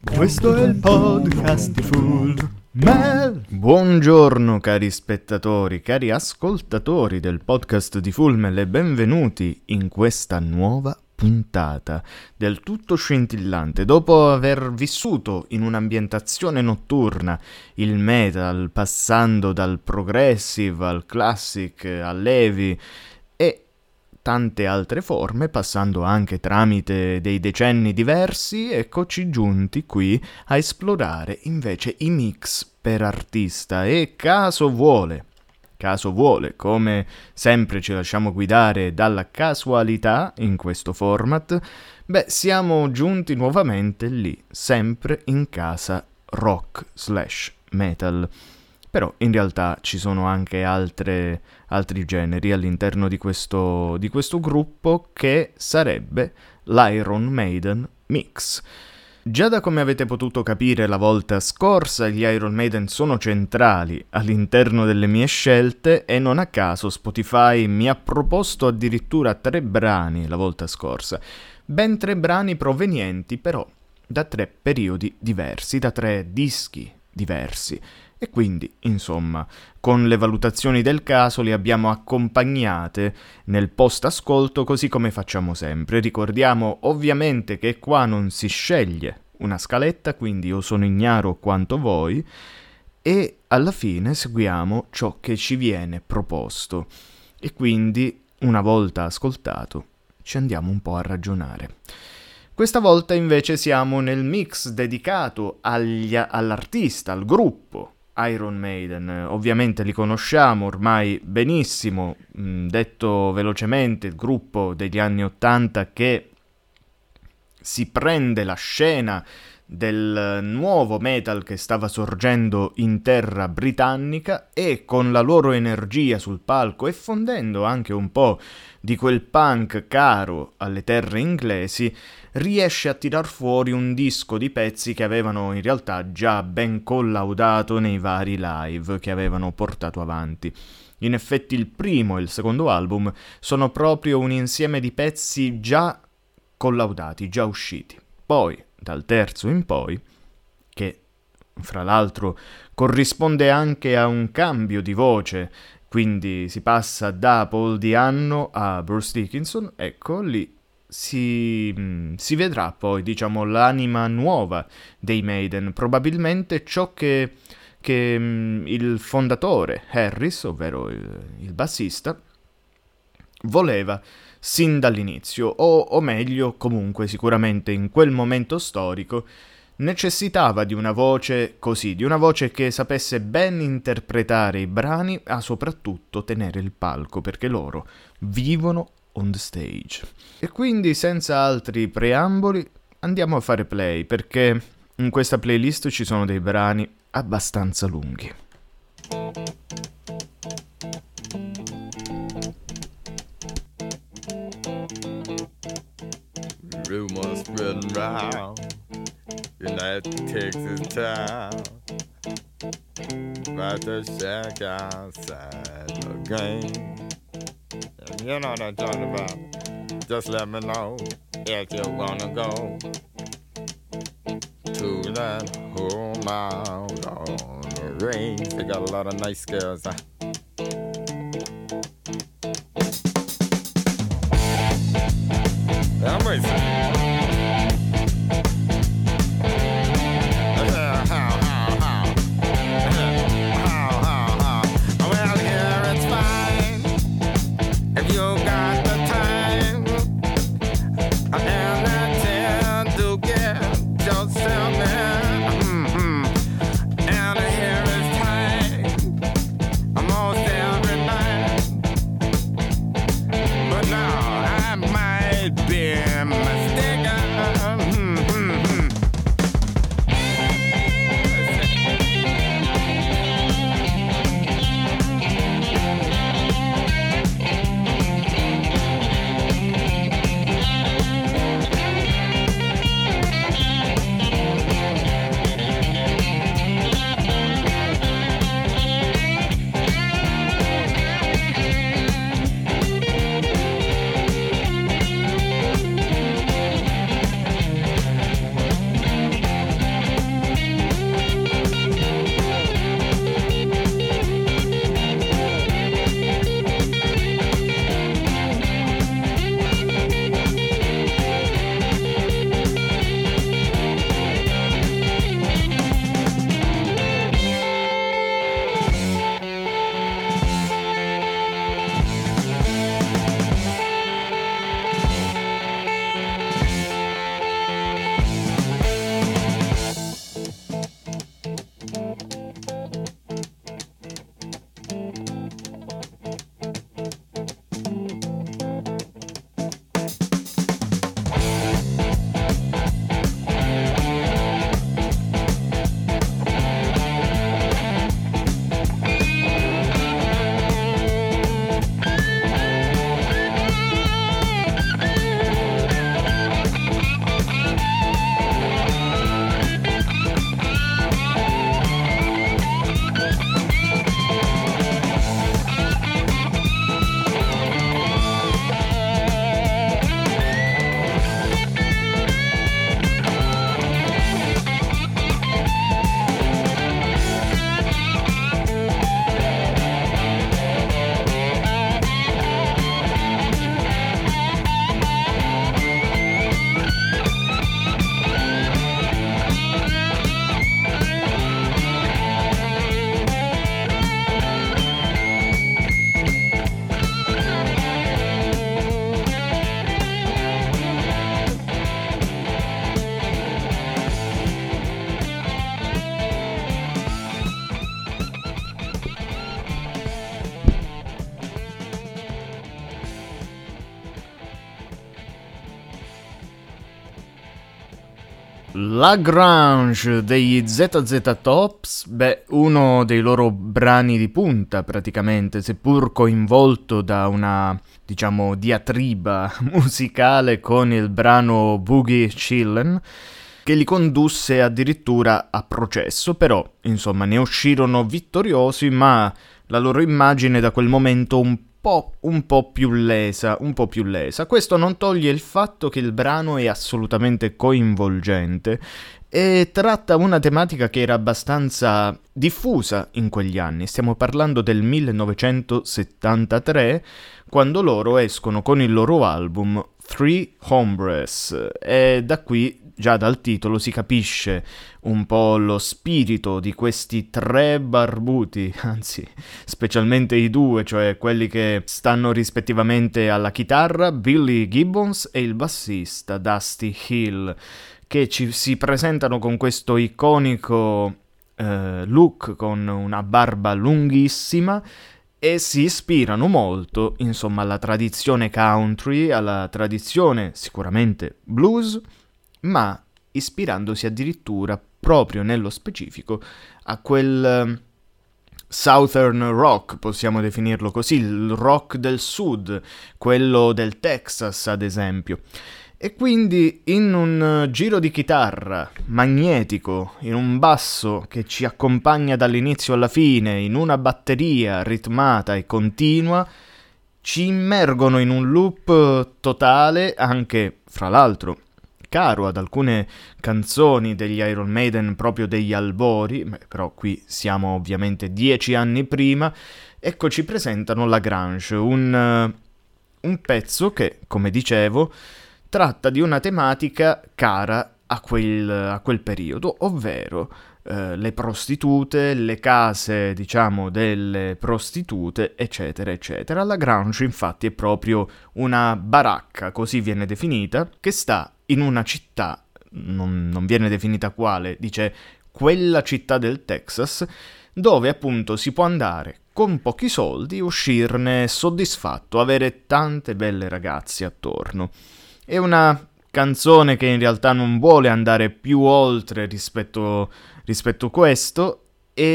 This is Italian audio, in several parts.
Questo è il podcast di Full Metal. Buongiorno cari spettatori, cari ascoltatori del podcast di Full Metal e benvenuti in questa nuova puntata del tutto scintillante. Dopo aver vissuto in un'ambientazione notturna il metal, passando dal progressive al classic all'heavy e tante altre forme, passando anche tramite dei decenni diversi, eccoci giunti qui a esplorare invece i mix per artista e caso vuole, come sempre ci lasciamo guidare dalla casualità in questo format, siamo giunti nuovamente lì, sempre in casa rock/metal. Però in realtà ci sono anche altri generi all'interno di questo gruppo, che sarebbe l'Iron Maiden Mix. Già da come avete potuto capire la volta scorsa, gli Iron Maiden sono centrali all'interno delle mie scelte e non a caso Spotify mi ha proposto addirittura 3 brani la volta scorsa. Ben 3 brani provenienti però da 3 periodi diversi, da 3 dischi diversi. E quindi, insomma, con le valutazioni del caso le abbiamo accompagnate nel post-ascolto, così come facciamo sempre. Ricordiamo ovviamente che qua non si sceglie una scaletta, quindi io sono ignaro quanto voi, e alla fine seguiamo ciò che ci viene proposto. E quindi, una volta ascoltato, ci andiamo un po' a ragionare. Questa volta invece siamo nel mix dedicato all'artista, al gruppo Iron Maiden. Ovviamente li conosciamo ormai benissimo, detto velocemente, il gruppo degli anni '80 che si prende la scena del nuovo metal che stava sorgendo in terra britannica e con la loro energia sul palco e fondendo anche un po' di quel punk caro alle terre inglesi, riesce a tirar fuori un disco di pezzi che avevano in realtà già ben collaudato nei vari live che avevano portato avanti. In effetti il primo e il secondo album sono proprio un insieme di pezzi già collaudati, già usciti. Poi, dal terzo in poi, che fra l'altro corrisponde anche a un cambio di voce, quindi si passa da Paul Di'Anno a Bruce Dickinson, ecco lì si vedrà poi, diciamo, l'anima nuova dei Maiden, probabilmente ciò che il fondatore Harris, ovvero il bassista, voleva sin dall'inizio, o meglio, comunque sicuramente in quel momento storico necessitava di una voce così, di una voce che sapesse ben interpretare i brani, ma soprattutto tenere il palco, perché loro vivono on the stage. E quindi senza altri preamboli andiamo a fare play, perché in questa playlist ci sono dei brani abbastanza lunghi. Rumors spreading round United Texas town about to shack outside the game. And you know what I'm talking about. Just let me know if you wanna go to that home out on the range. They got a lot of nice girls. I'm racing. La Grange degli ZZ Tops, uno dei loro brani di punta praticamente, seppur coinvolto da una, diciamo, diatriba musicale con il brano Boogie Chillin', che li condusse addirittura a processo, però, insomma, ne uscirono vittoriosi, ma la loro immagine da quel momento un po' più lesa. Questo non toglie il fatto che il brano è assolutamente coinvolgente e tratta una tematica che era abbastanza diffusa in quegli anni. Stiamo parlando del 1973, quando loro escono con il loro album Three Hombres, e da qui, già dal titolo, si capisce un po' lo spirito di questi tre barbuti, anzi, specialmente i due, cioè quelli che stanno rispettivamente alla chitarra, Billy Gibbons, e il bassista, Dusty Hill, che si presentano con questo iconico look con una barba lunghissima e si ispirano molto, insomma, alla tradizione country, alla tradizione sicuramente blues, ma ispirandosi addirittura proprio nello specifico a quel Southern rock, possiamo definirlo così, il rock del sud, quello del Texas ad esempio. E quindi in un giro di chitarra magnetico, in un basso che ci accompagna dall'inizio alla fine, in una batteria ritmata e continua, ci immergono in un loop totale, anche, fra l'altro, caro ad alcune canzoni degli Iron Maiden proprio degli albori, però qui siamo ovviamente 10 anni prima. Ecco, ci presentano La Grange, un pezzo che, come dicevo, tratta di una tematica cara a quel periodo, ovvero le prostitute, le case, diciamo, delle prostitute, eccetera, eccetera. La Grange, infatti, è proprio una baracca, così viene definita, che sta in una città, non viene definita quale, dice quella città del Texas, dove appunto si può andare con pochi soldi, uscirne soddisfatto, avere tante belle ragazze attorno. È una canzone che in realtà non vuole andare più oltre rispetto a questo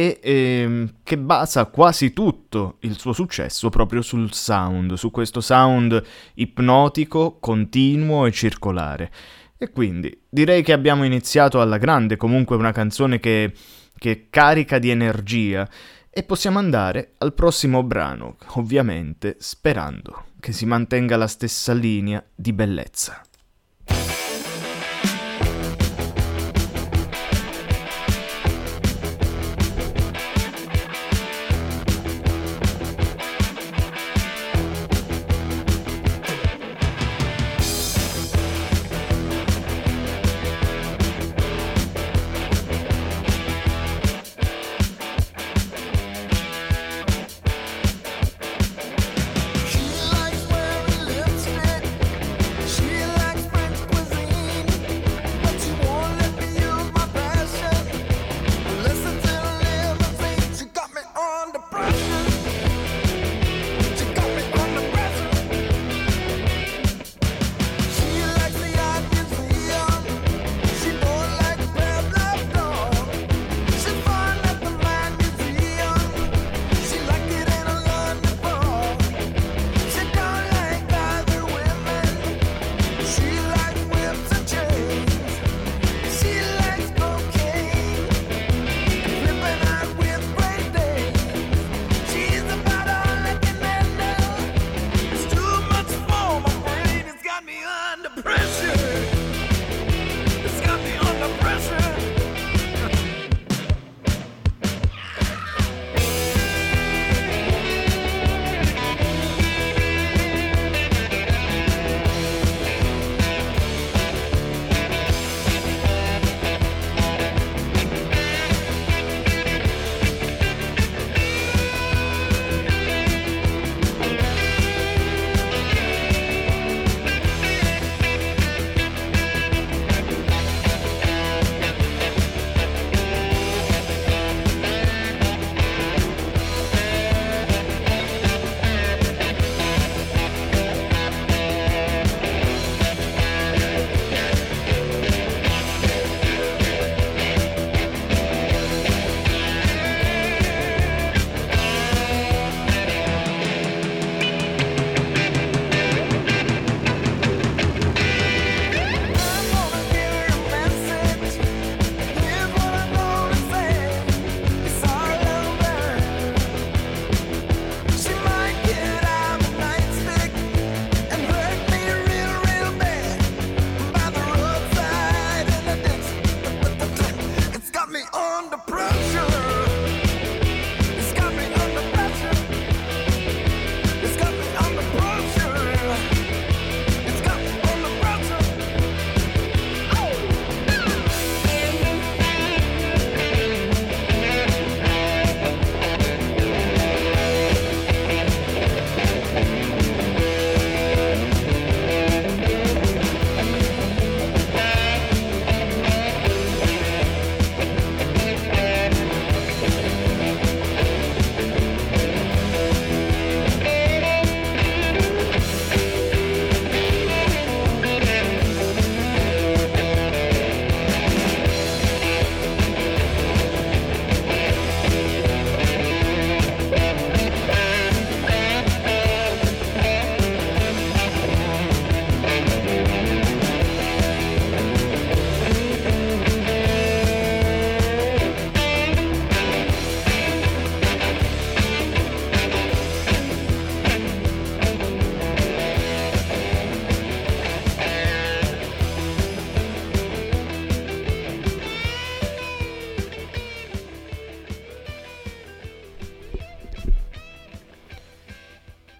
e che basa quasi tutto il suo successo proprio sul sound, su questo sound ipnotico, continuo e circolare. E quindi direi che abbiamo iniziato alla grande, comunque una canzone che carica di energia, e possiamo andare al prossimo brano, ovviamente sperando che si mantenga la stessa linea di bellezza. She likes wearing lipstick. She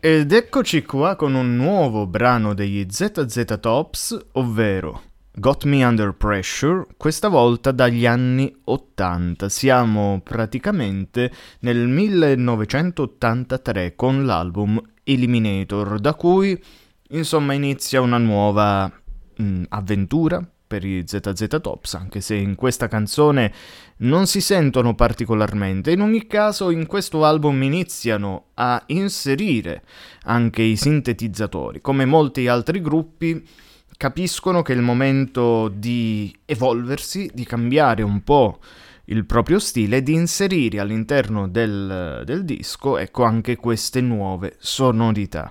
Ed eccoci qua con un nuovo brano degli ZZ Tops, ovvero Got Me Under Pressure, questa volta dagli anni 80. Siamo praticamente nel 1983 con l'album Eliminator, da cui insomma inizia una nuova avventura per i ZZ Tops, anche se in questa canzone non si sentono particolarmente. In ogni caso, in questo album iniziano a inserire anche i sintetizzatori. Come molti altri gruppi, capiscono che è il momento di evolversi, di cambiare un po' il proprio stile e di inserire all'interno del disco, ecco, anche queste nuove sonorità.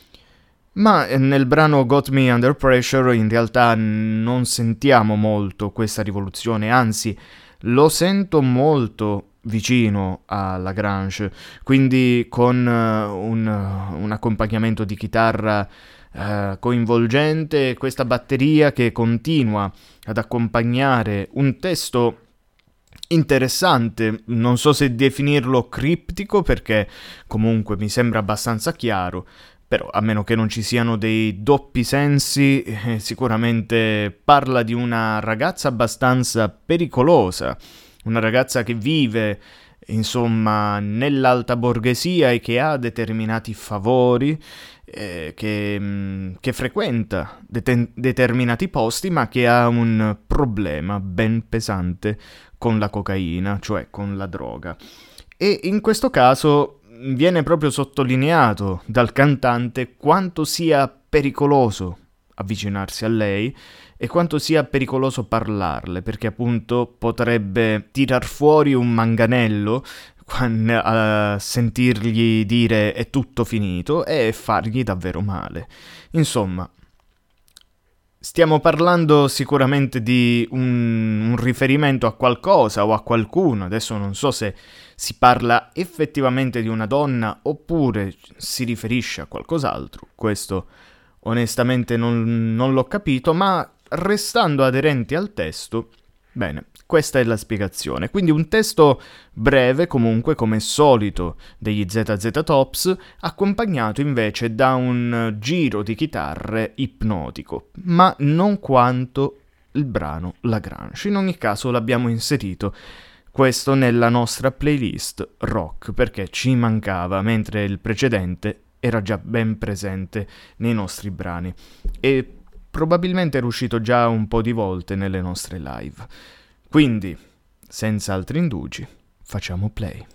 Ma nel brano Got Me Under Pressure in realtà non sentiamo molto questa rivoluzione, anzi lo sento molto vicino alla grunge, quindi con un accompagnamento di chitarra coinvolgente, questa batteria che continua ad accompagnare un testo interessante, non so se definirlo criptico perché comunque mi sembra abbastanza chiaro, però a meno che non ci siano dei doppi sensi, sicuramente parla di una ragazza abbastanza pericolosa, una ragazza che vive, insomma, nell'alta borghesia e che ha determinati favori, che frequenta determinati posti, ma che ha un problema ben pesante con la cocaina, cioè con la droga. E in questo caso viene proprio sottolineato dal cantante quanto sia pericoloso avvicinarsi a lei e quanto sia pericoloso parlarle, perché appunto potrebbe tirar fuori un manganello a sentirgli dire è tutto finito e fargli davvero male. Insomma, stiamo parlando sicuramente di un riferimento a qualcosa o a qualcuno. Adesso non so se si parla effettivamente di una donna oppure si riferisce a qualcos'altro. Questo onestamente non l'ho capito, ma restando aderenti al testo, bene, questa è la spiegazione. Quindi un testo breve comunque, come solito degli ZZ Tops, accompagnato invece da un giro di chitarre ipnotico, ma non quanto il brano La Grange. In ogni caso l'abbiamo inserito questo nella nostra playlist rock perché ci mancava, mentre il precedente era già ben presente nei nostri brani e probabilmente era uscito già un po' di volte nelle nostre live. Quindi, senza altri indugi, facciamo play.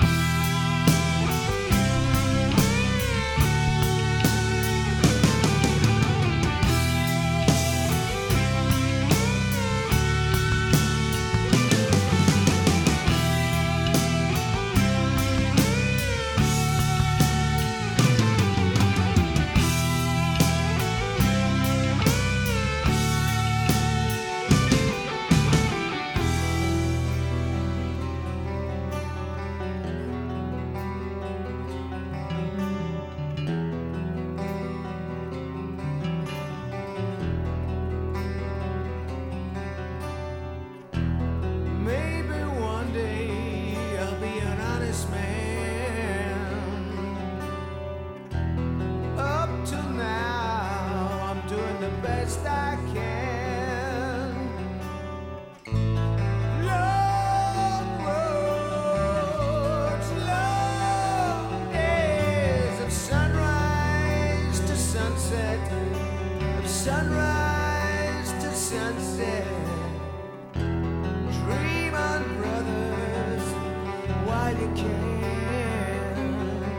Sunrise to sunset, dream on, brothers, while you can.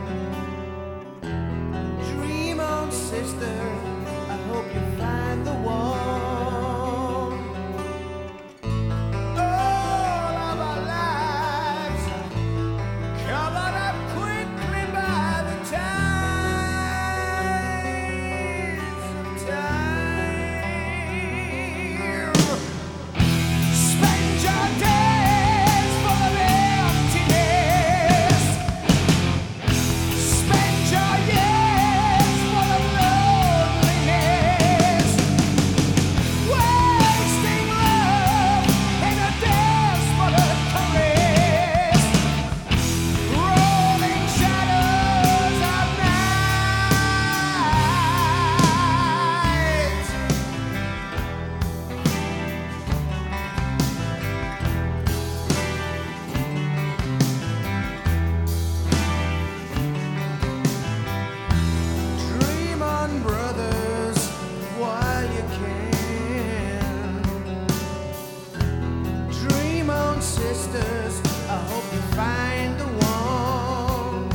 Dream on, sister, I hope you find the one. All of our lives covered up quickly by the tides of time. Spend your days full of emptiness. sisters, I hope you find the one.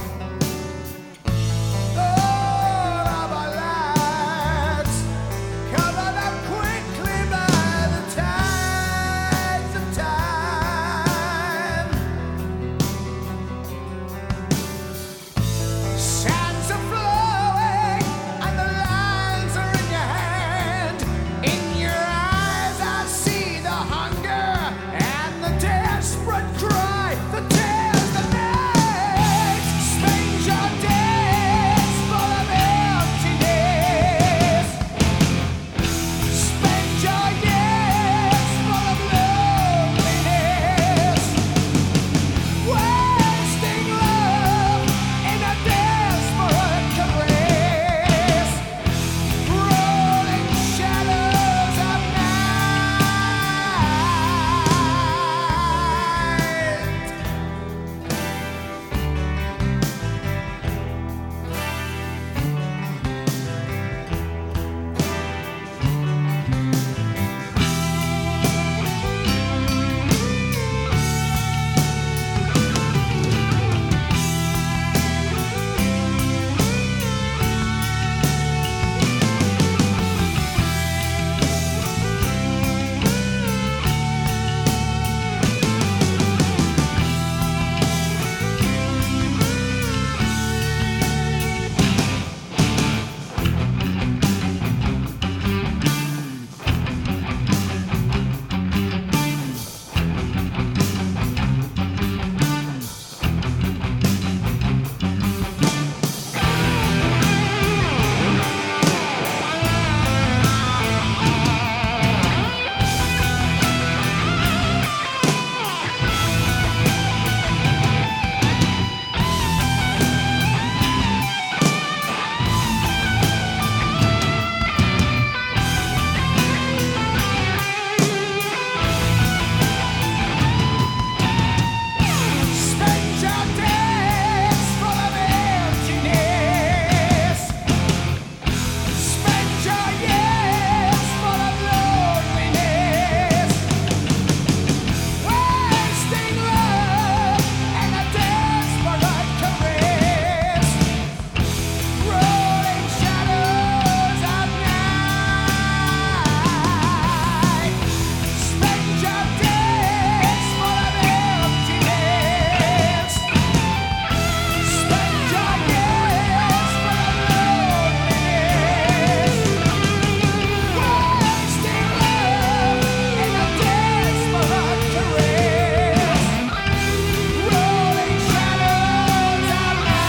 All of our lives covered up quickly by the tides of time. Sands are flowing and the lines are in your hand. In your eyes I see the hunger and the desperate cry, the tears, the night. Spend your days full of emptiness. Spend your years full of loneliness. Wasting love in a desperate caress. Rolling shadows of night. Spend your days full of emptiness. Spend your years full of loneliness. Wasting love and a desperate caress. Rolling shadows of night. Spend your days full of emptiness. Spend your years full of loneliness. Wasting love in a desperate caress. Rolling shadows of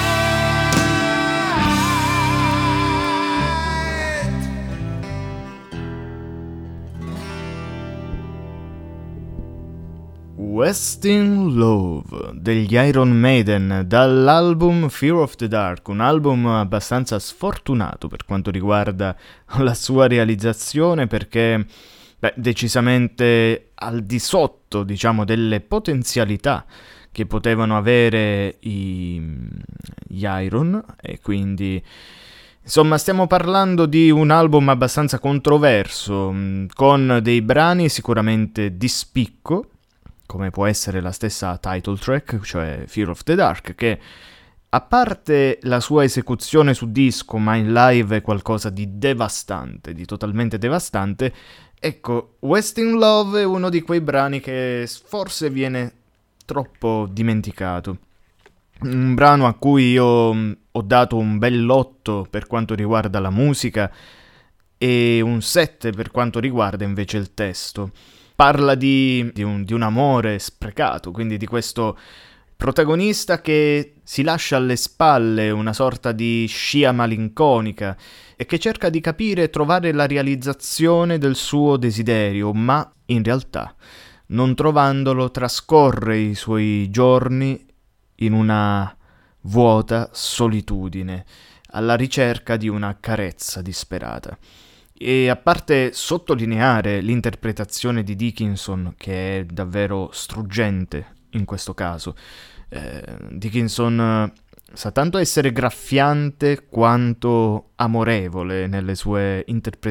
night. Wasting Love degli Iron Maiden dall'album Fear of the Dark, un album abbastanza sfortunato per quanto riguarda la sua realizzazione perché decisamente al di sotto, diciamo, delle potenzialità che potevano avere gli Iron e quindi insomma stiamo parlando di un album abbastanza controverso con dei brani sicuramente di spicco come può essere la stessa title track, cioè Fear of the Dark, che a parte la sua esecuzione su disco, ma in live è qualcosa di devastante, di totalmente devastante. Ecco, Wasting Love è uno di quei brani che forse viene troppo dimenticato. Un brano a cui io ho dato un bell'8 per quanto riguarda la musica e un 7 per quanto riguarda invece il testo. Parla di un amore sprecato, quindi di questo protagonista che si lascia alle spalle una sorta di scia malinconica e che cerca di capire e trovare la realizzazione del suo desiderio, ma in realtà, non trovandolo, trascorre i suoi giorni in una vuota solitudine, alla ricerca di una carezza disperata. E a parte sottolineare l'interpretazione di Dickinson, che è davvero struggente in questo caso, Dickinson sa tanto essere graffiante quanto amorevole nelle sue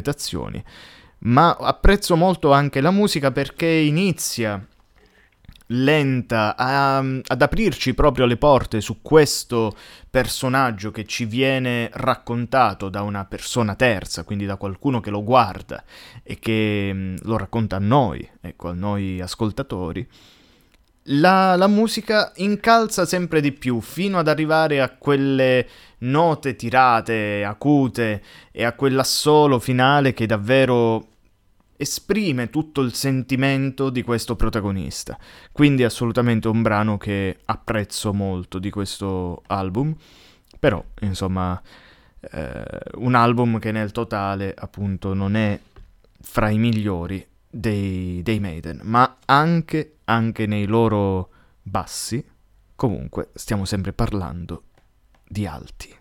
interpretazioni, ma apprezzo molto anche la musica perché inizia lenta ad aprirci proprio le porte su questo personaggio che ci viene raccontato da una persona terza, quindi da qualcuno che lo guarda e che lo racconta a noi, ecco, a noi ascoltatori. La musica incalza sempre di più fino ad arrivare a quelle note tirate, acute e a quell'assolo finale che davvero esprime tutto il sentimento di questo protagonista. Quindi assolutamente un brano che apprezzo molto di questo album, però insomma un album che nel totale appunto non è fra i migliori dei Maiden, ma anche nei loro bassi, comunque stiamo sempre parlando di alti.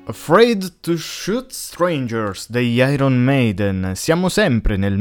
Afraid to Shoot Strangers degli Iron Maiden. Siamo sempre nel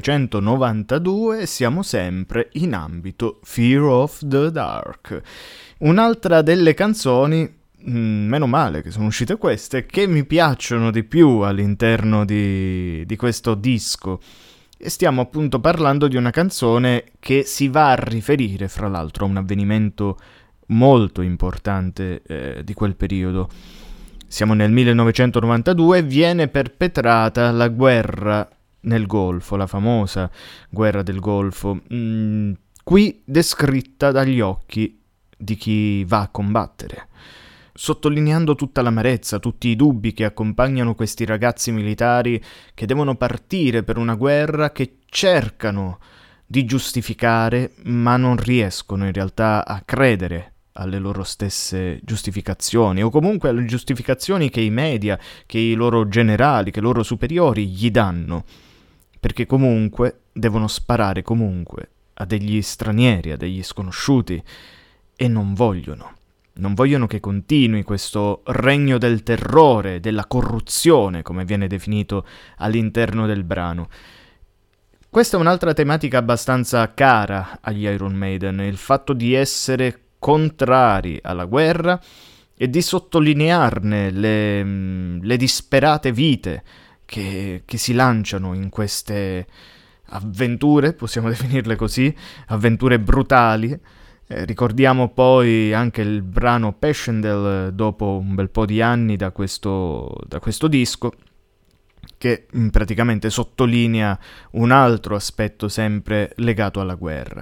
1992, siamo sempre in ambito Fear of the Dark. Un'altra delle canzoni, meno male che sono uscite queste, che mi piacciono di più all'interno di questo disco. E stiamo appunto parlando di una canzone che si va a riferire, fra l'altro, a un avvenimento molto importante di quel periodo. Siamo nel 1992, viene perpetrata la guerra nel Golfo, la famosa guerra del Golfo, qui descritta dagli occhi di chi va a combattere, sottolineando tutta l'amarezza, tutti i dubbi che accompagnano questi ragazzi militari che devono partire per una guerra che cercano di giustificare, ma non riescono in realtà a credere alle loro stesse giustificazioni, o comunque alle giustificazioni che i media, che i loro generali, che i loro superiori gli danno, perché comunque devono sparare comunque a degli stranieri, a degli sconosciuti, e non vogliono che continui questo regno del terrore, della corruzione, come viene definito all'interno del brano. Questa è un'altra tematica abbastanza cara agli Iron Maiden, il fatto di essere contrari alla guerra e di sottolinearne le disperate vite che si lanciano in queste avventure, possiamo definirle così, avventure brutali. Ricordiamo poi anche il brano Passchendaele dopo un bel po' di anni da questo disco, che praticamente sottolinea un altro aspetto sempre legato alla guerra.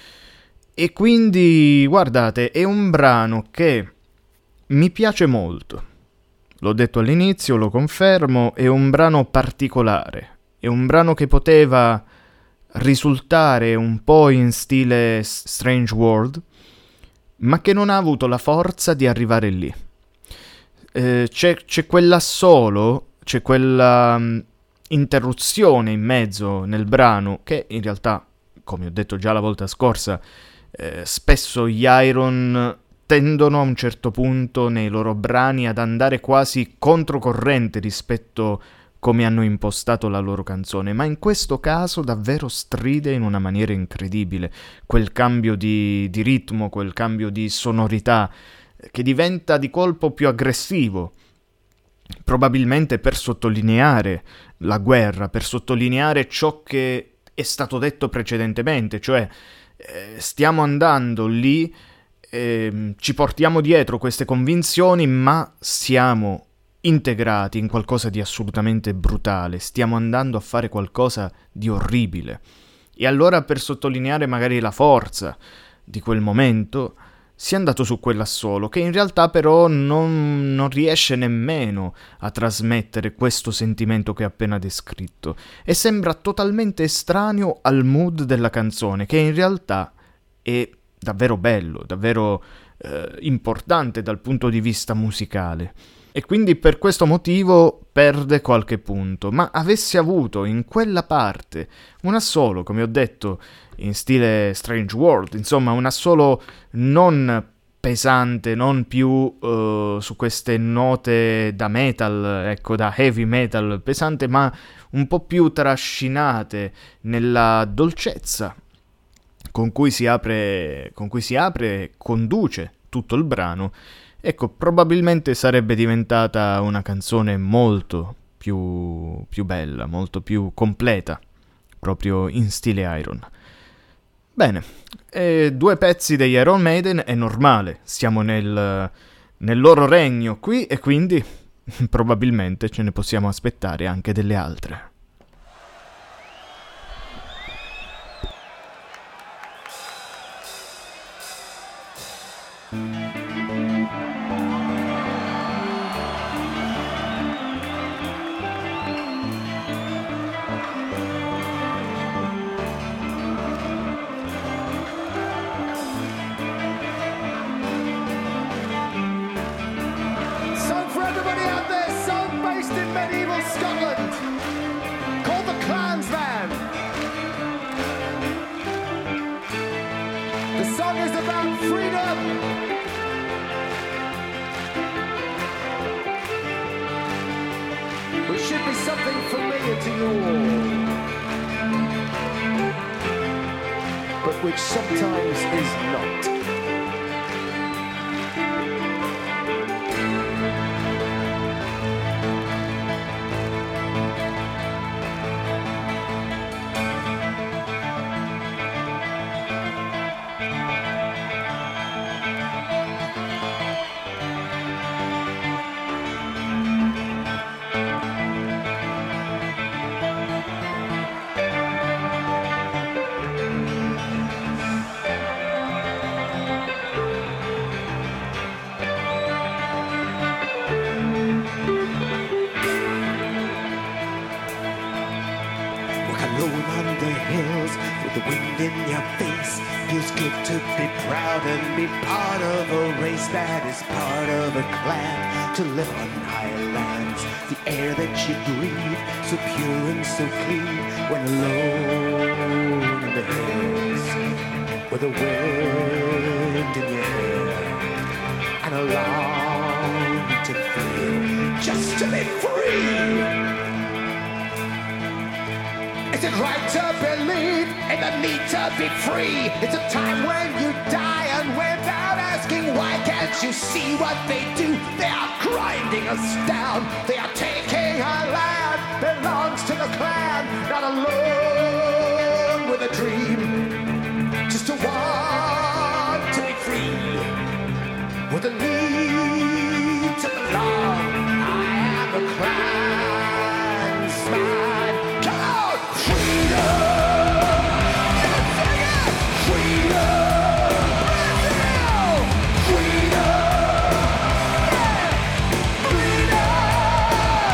E quindi, guardate, è un brano che mi piace molto. L'ho detto all'inizio, lo confermo, è un brano particolare. È un brano che poteva risultare un po' in stile Strange World, ma che non ha avuto la forza di arrivare lì. C'è quell'assolo, c'è quella interruzione in mezzo nel brano che in realtà, come ho detto già la volta scorsa, spesso gli Iron tendono a un certo punto nei loro brani ad andare quasi controcorrente rispetto come hanno impostato la loro canzone, ma in questo caso davvero stride in una maniera incredibile. Quel cambio di ritmo, quel cambio di sonorità che diventa di colpo più aggressivo, probabilmente per sottolineare la guerra, per sottolineare ciò che è stato detto precedentemente, cioè stiamo andando lì, ci portiamo dietro queste convinzioni, ma siamo integrati in qualcosa di assolutamente brutale, stiamo andando a fare qualcosa di orribile. E allora, per sottolineare magari la forza di quel momento, si è andato su quell'assolo, che in realtà però non riesce nemmeno a trasmettere questo sentimento che ho appena descritto, e sembra totalmente estraneo al mood della canzone, che in realtà è davvero bello, davvero importante dal punto di vista musicale. E quindi per questo motivo perde qualche punto, ma avesse avuto in quella parte un assolo, come ho detto, in stile Strange World, insomma un assolo non pesante, non più su queste note da metal, ecco, da heavy metal pesante, ma un po' più trascinate nella dolcezza con cui si apre e conduce tutto il brano. Ecco, probabilmente sarebbe diventata una canzone molto più bella, molto più completa, proprio in stile Iron. Bene, due pezzi degli Iron Maiden è normale, siamo nel loro regno qui e quindi probabilmente ce ne possiamo aspettare anche delle altre. which should be something familiar to you all, but which sometimes is not. Be part of a race that is part of a clan, to live on high lands, the air that you breathe, so pure and so clean, when alone in the hills, with the wind in your hair, and a longing to feel, just to be free. Is it right to believe in the need to be free? It's a time when you die, and without asking why, can't you see what they do? They are grinding us down. They are taking our land, belongs to the clan. Not alone with a dream, just to want to be free. With a need to belong, I am a clansman. Come on! Freedom! Freedom!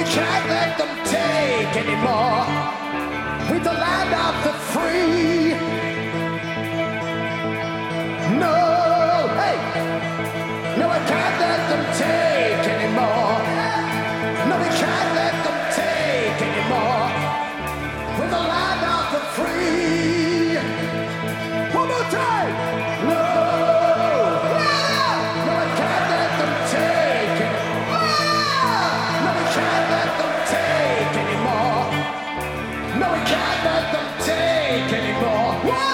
can't let them take anymore. With the land of the free. No, hey, no, I can't let them take anymore. No, we can't let them take anymore. With the land of the free. One more time. No, no, I can't let them take anymore. No, we can't let them take anymore. No, we can't let them take anymore. What?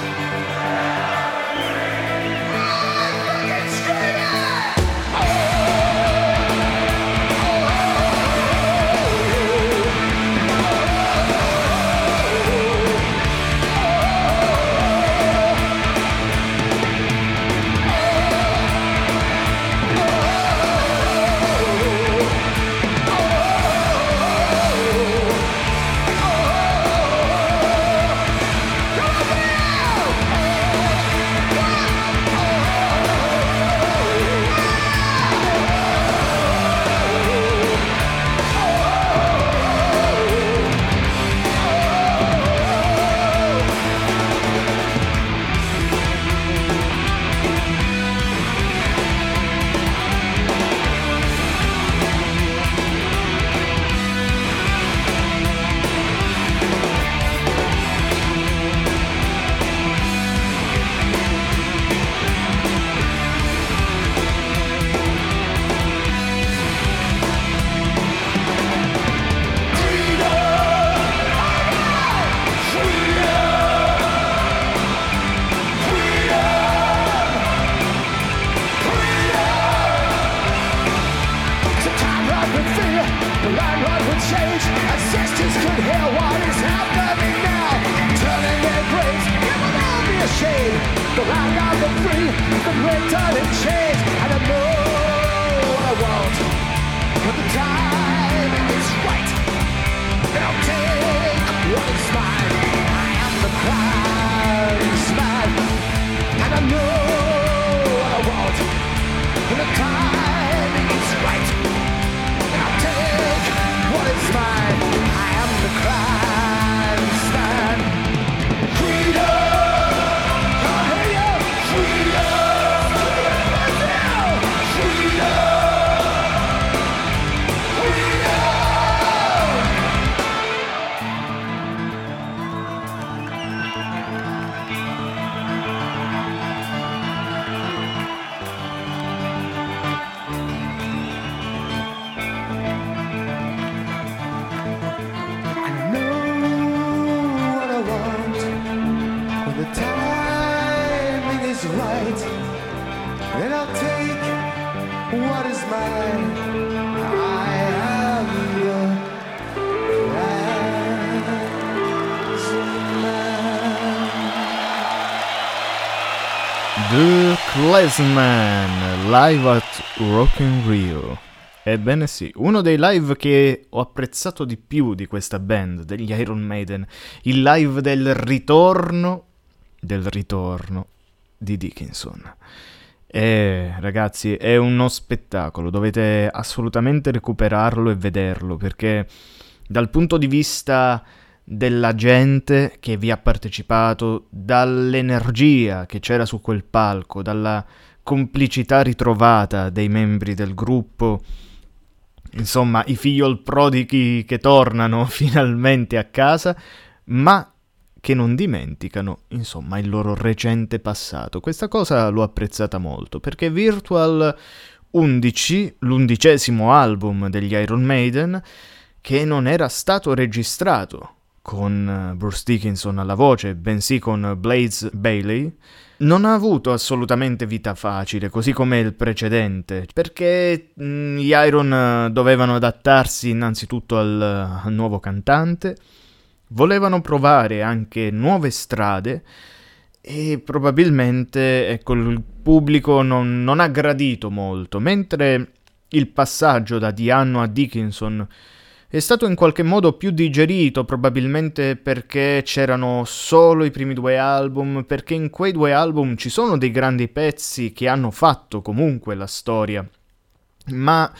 The land of the free, the great and change. And I know what I want, but the time is right. And I'll take what is mine. I am the clansman. And I know what I want, but the time is right. And I'll take what is mine. I am the clansman. Freedom! Then I'll take what is mine. I am The Clansman live at Rock in Rio. Ebbene sì, uno dei live che ho apprezzato di più di questa band, degli Iron Maiden, il live del ritorno di Dickinson. E ragazzi, è uno spettacolo, dovete assolutamente recuperarlo e vederlo, perché dal punto di vista della gente che vi ha partecipato, dall'energia che c'era su quel palco, dalla complicità ritrovata dei membri del gruppo, insomma i figliol prodighi che tornano finalmente a casa, ma che non dimenticano, insomma, il loro recente passato. Questa cosa l'ho apprezzata molto, perché Virtual 11, l'11° album degli Iron Maiden, che non era stato registrato con Bruce Dickinson alla voce, bensì con Blaze Bayley, non ha avuto assolutamente vita facile, così come il precedente, perché gli Iron dovevano adattarsi innanzitutto al nuovo cantante, volevano provare anche nuove strade e probabilmente, ecco, il pubblico non ha gradito molto, mentre il passaggio da Di'Anno a Dickinson è stato in qualche modo più digerito, probabilmente perché c'erano solo i primi 2 album, perché in quei 2 album ci sono dei grandi pezzi che hanno fatto comunque la storia, ma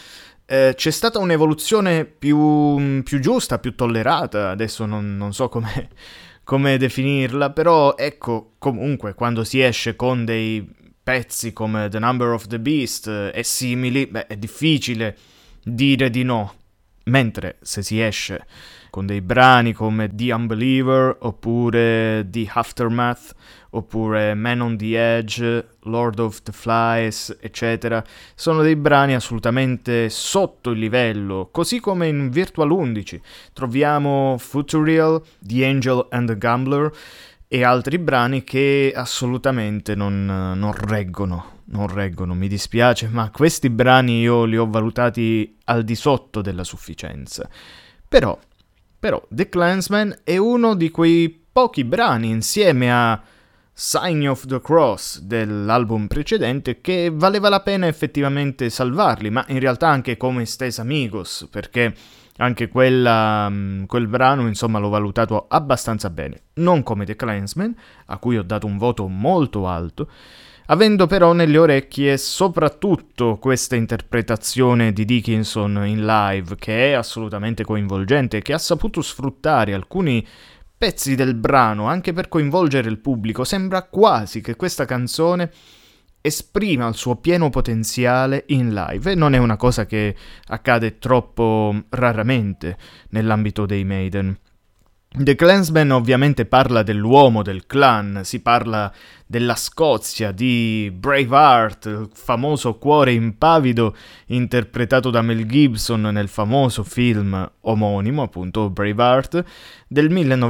c'è stata un'evoluzione più giusta, più tollerata, adesso non so come definirla, però ecco, comunque quando si esce con dei pezzi come The Number of the Beast e simili, è difficile dire di no, mentre se si esce con dei brani come The Unbeliever, oppure The Aftermath, oppure Man on the Edge, Lord of the Flies, eccetera, sono dei brani assolutamente sotto il livello, così come in Virtual 11 troviamo Futurial, The Angel and the Gambler e altri brani che assolutamente non reggono, mi dispiace, ma questi brani io li ho valutati al di sotto della sufficienza. Però The Klansman è uno di quei pochi brani, insieme a Sign of the Cross dell'album precedente, che valeva la pena effettivamente salvarli, ma in realtà anche come Stes Amigos, perché anche quel brano, insomma, l'ho valutato abbastanza bene. Non come The Klansman, a cui ho dato un voto molto alto, avendo però nelle orecchie soprattutto questa interpretazione di Dickinson in live, che è assolutamente coinvolgente, che ha saputo sfruttare alcuni pezzi del brano anche per coinvolgere il pubblico. Sembra quasi che questa canzone esprima il suo pieno potenziale in live, e non è una cosa che accade troppo raramente nell'ambito dei Maiden. The Klansman ovviamente parla dell'uomo del clan, si parla della Scozia, di Braveheart, il famoso cuore impavido interpretato da Mel Gibson nel famoso film omonimo, appunto Braveheart, del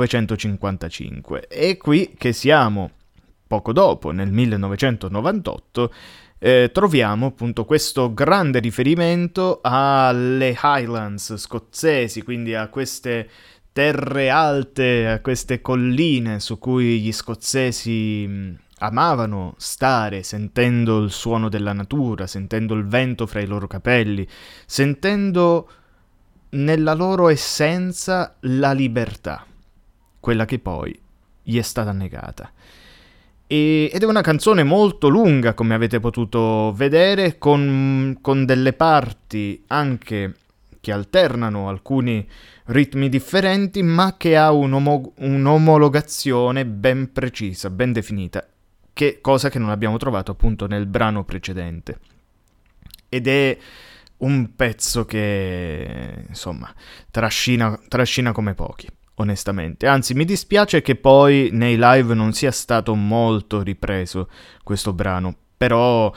1955. E qui che siamo, poco dopo, nel 1998, troviamo appunto questo grande riferimento alle Highlands scozzesi, quindi a queste terre alte, a queste colline su cui gli scozzesi amavano stare, sentendo il suono della natura, sentendo il vento fra i loro capelli, sentendo nella loro essenza la libertà, quella che poi gli è stata negata. Ed è una canzone molto lunga, come avete potuto vedere, con delle parti anche che alternano alcuni ritmi differenti, ma che ha un'omologazione ben precisa, ben definita, cosa che non abbiamo trovato appunto nel brano precedente. Ed è un pezzo che, insomma, trascina come pochi, onestamente. Anzi, mi dispiace che poi nei live non sia stato molto ripreso questo brano, però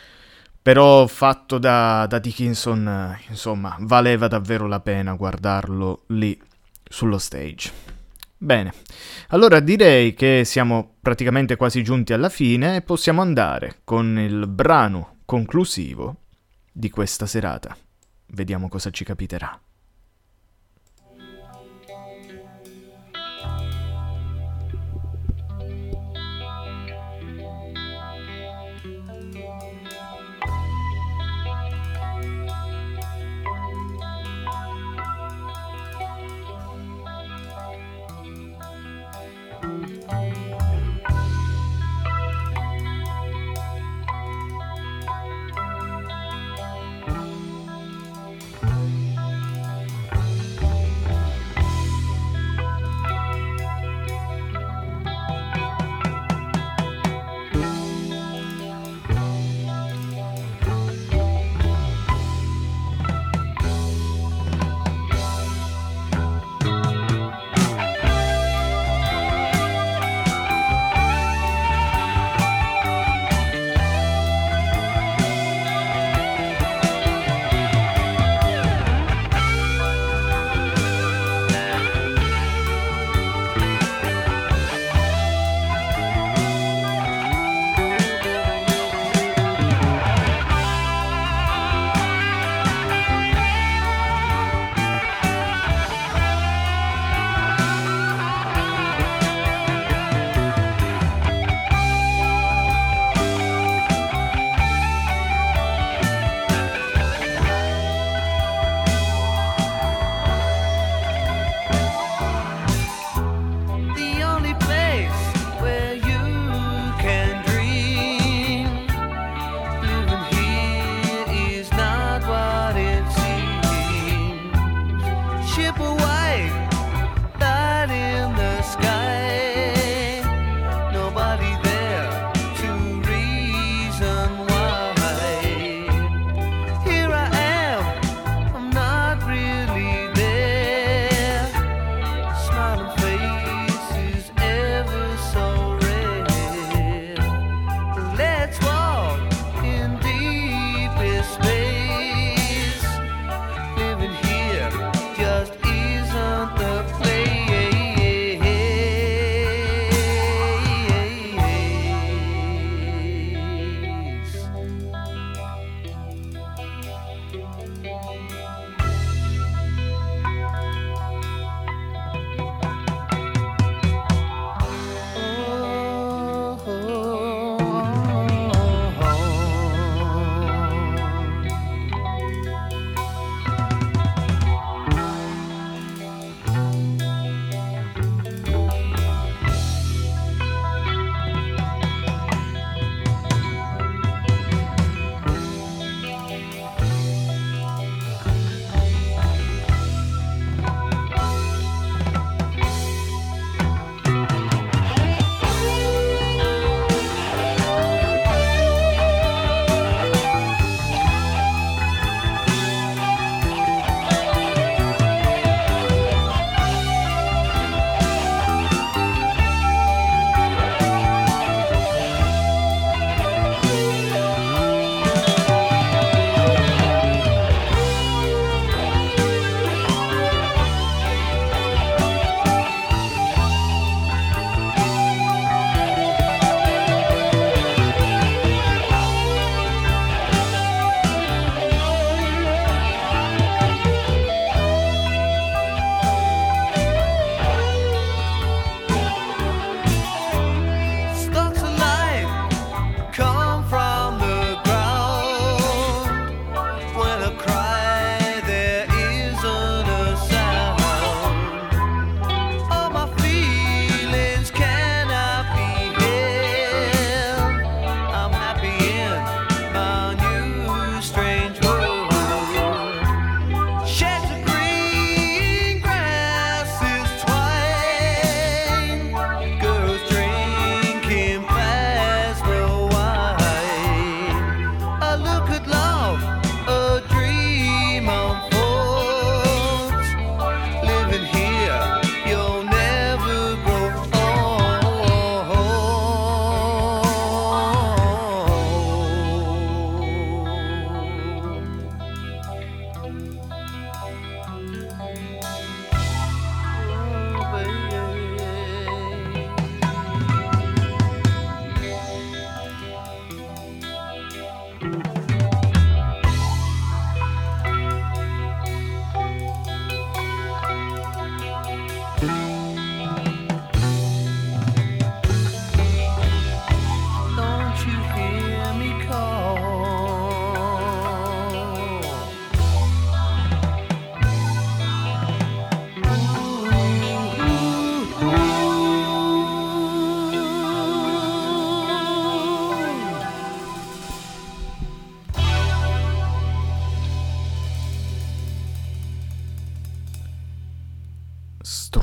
fatto da Dickinson, insomma, valeva davvero la pena guardarlo lì sullo stage. Bene, allora direi che siamo praticamente quasi giunti alla fine e possiamo andare con il brano conclusivo di questa serata. Vediamo cosa ci capiterà.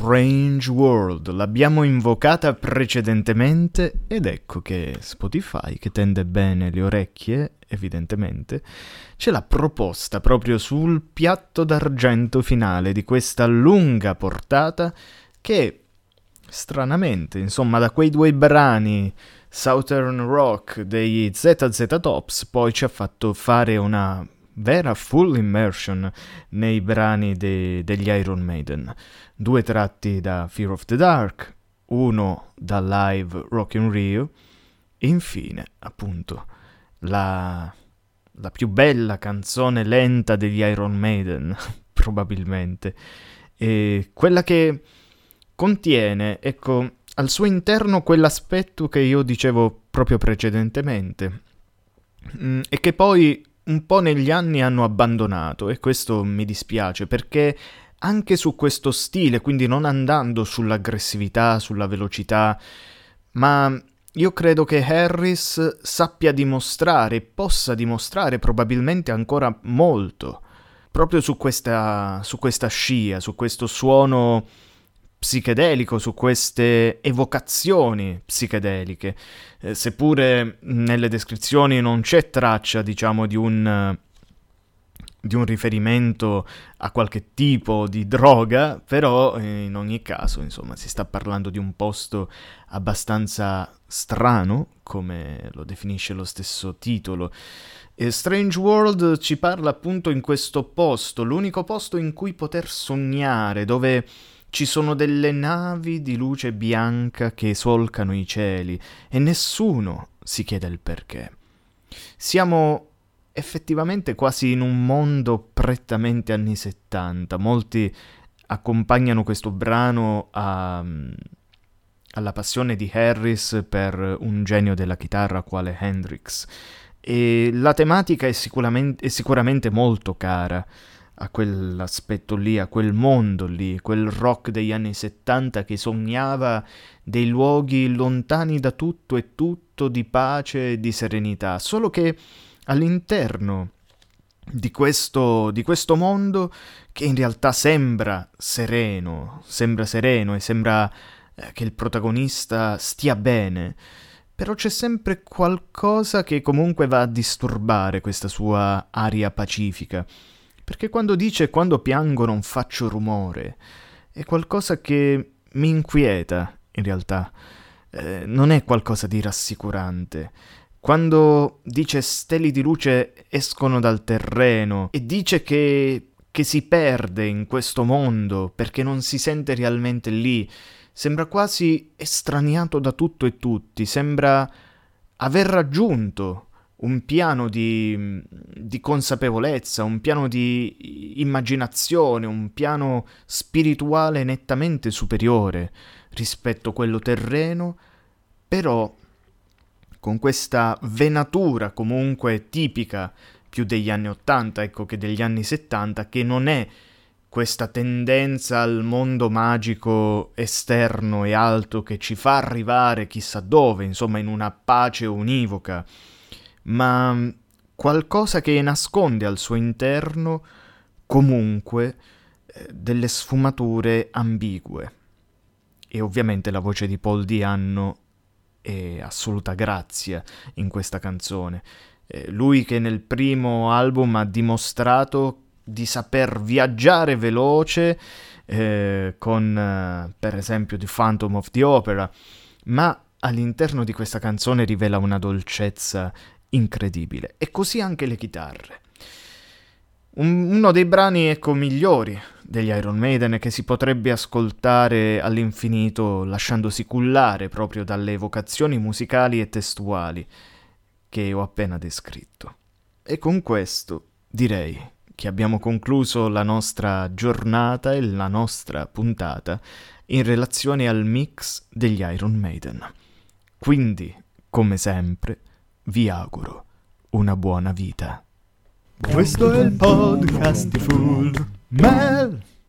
Strange World, l'abbiamo invocata precedentemente ed ecco che Spotify, che tende bene le orecchie, evidentemente, ce l'ha proposta proprio sul piatto d'argento finale di questa lunga portata che, stranamente, insomma, da quei 2 brani Southern Rock dei ZZ Tops poi ci ha fatto fare una vera full immersion nei brani degli Iron Maiden. 2 tratti da Fear of the Dark, uno da live Rock in Rio, e infine, appunto, la più bella canzone lenta degli Iron Maiden, probabilmente, e quella che contiene, ecco, al suo interno quell'aspetto che io dicevo proprio precedentemente, e che poi un po' negli anni hanno abbandonato, e questo mi dispiace, perché anche su questo stile, quindi non andando sull'aggressività, sulla velocità, ma io credo che Harris sappia dimostrare, possa dimostrare probabilmente ancora molto, proprio su questa scia, su questo suono psichedelico, su queste evocazioni psichedeliche, seppure nelle descrizioni non c'è traccia, diciamo, di un riferimento a qualche tipo di droga, però in ogni caso, insomma, si sta parlando di un posto abbastanza strano, come lo definisce lo stesso titolo. E Strange World ci parla appunto in questo posto, l'unico posto in cui poter sognare, dove ci sono delle navi di luce bianca che solcano i cieli e nessuno si chiede il perché. Siamo effettivamente quasi in un mondo prettamente anni 70. Molti accompagnano questo brano alla passione di Harris per un genio della chitarra quale Hendrix, e la tematica è sicuramente molto cara a quell'aspetto lì, a quel mondo lì, quel rock degli anni 70 che sognava dei luoghi lontani da tutto e tutto, di pace e di serenità, solo che all'interno di questo mondo, che in realtà sembra sereno e sembra che il protagonista stia bene, però c'è sempre qualcosa che comunque va a disturbare questa sua aria pacifica, perché quando dice «quando piango non faccio rumore» è qualcosa che mi inquieta, in realtà, non è qualcosa di rassicurante. Quando dice «steli di luce escono dal terreno» e dice che si perde in questo mondo perché non si sente realmente lì, sembra quasi estraniato da tutto e tutti, sembra aver raggiunto un piano di consapevolezza, un piano di immaginazione, un piano spirituale nettamente superiore rispetto a quello terreno, però con questa venatura comunque tipica più degli anni 80, ecco, che degli anni 70, che non è questa tendenza al mondo magico esterno e alto che ci fa arrivare chissà dove, insomma in una pace univoca, ma qualcosa che nasconde al suo interno comunque delle sfumature ambigue. E ovviamente la voce di Paul Di'Anno è assoluta grazia in questa canzone. Lui che nel primo album ha dimostrato di saper viaggiare veloce con per esempio The Phantom of the Opera, ma all'interno di questa canzone rivela una dolcezza incredibile, e così anche le chitarre. Uno dei brani, ecco, migliori degli Iron Maiden, che si potrebbe ascoltare all'infinito lasciandosi cullare proprio dalle evocazioni musicali e testuali che ho appena descritto. E con questo direi che abbiamo concluso la nostra giornata e la nostra puntata in relazione al mix degli Iron Maiden. Quindi, come sempre, vi auguro una buona vita. Questo è il podcast di Full Metal.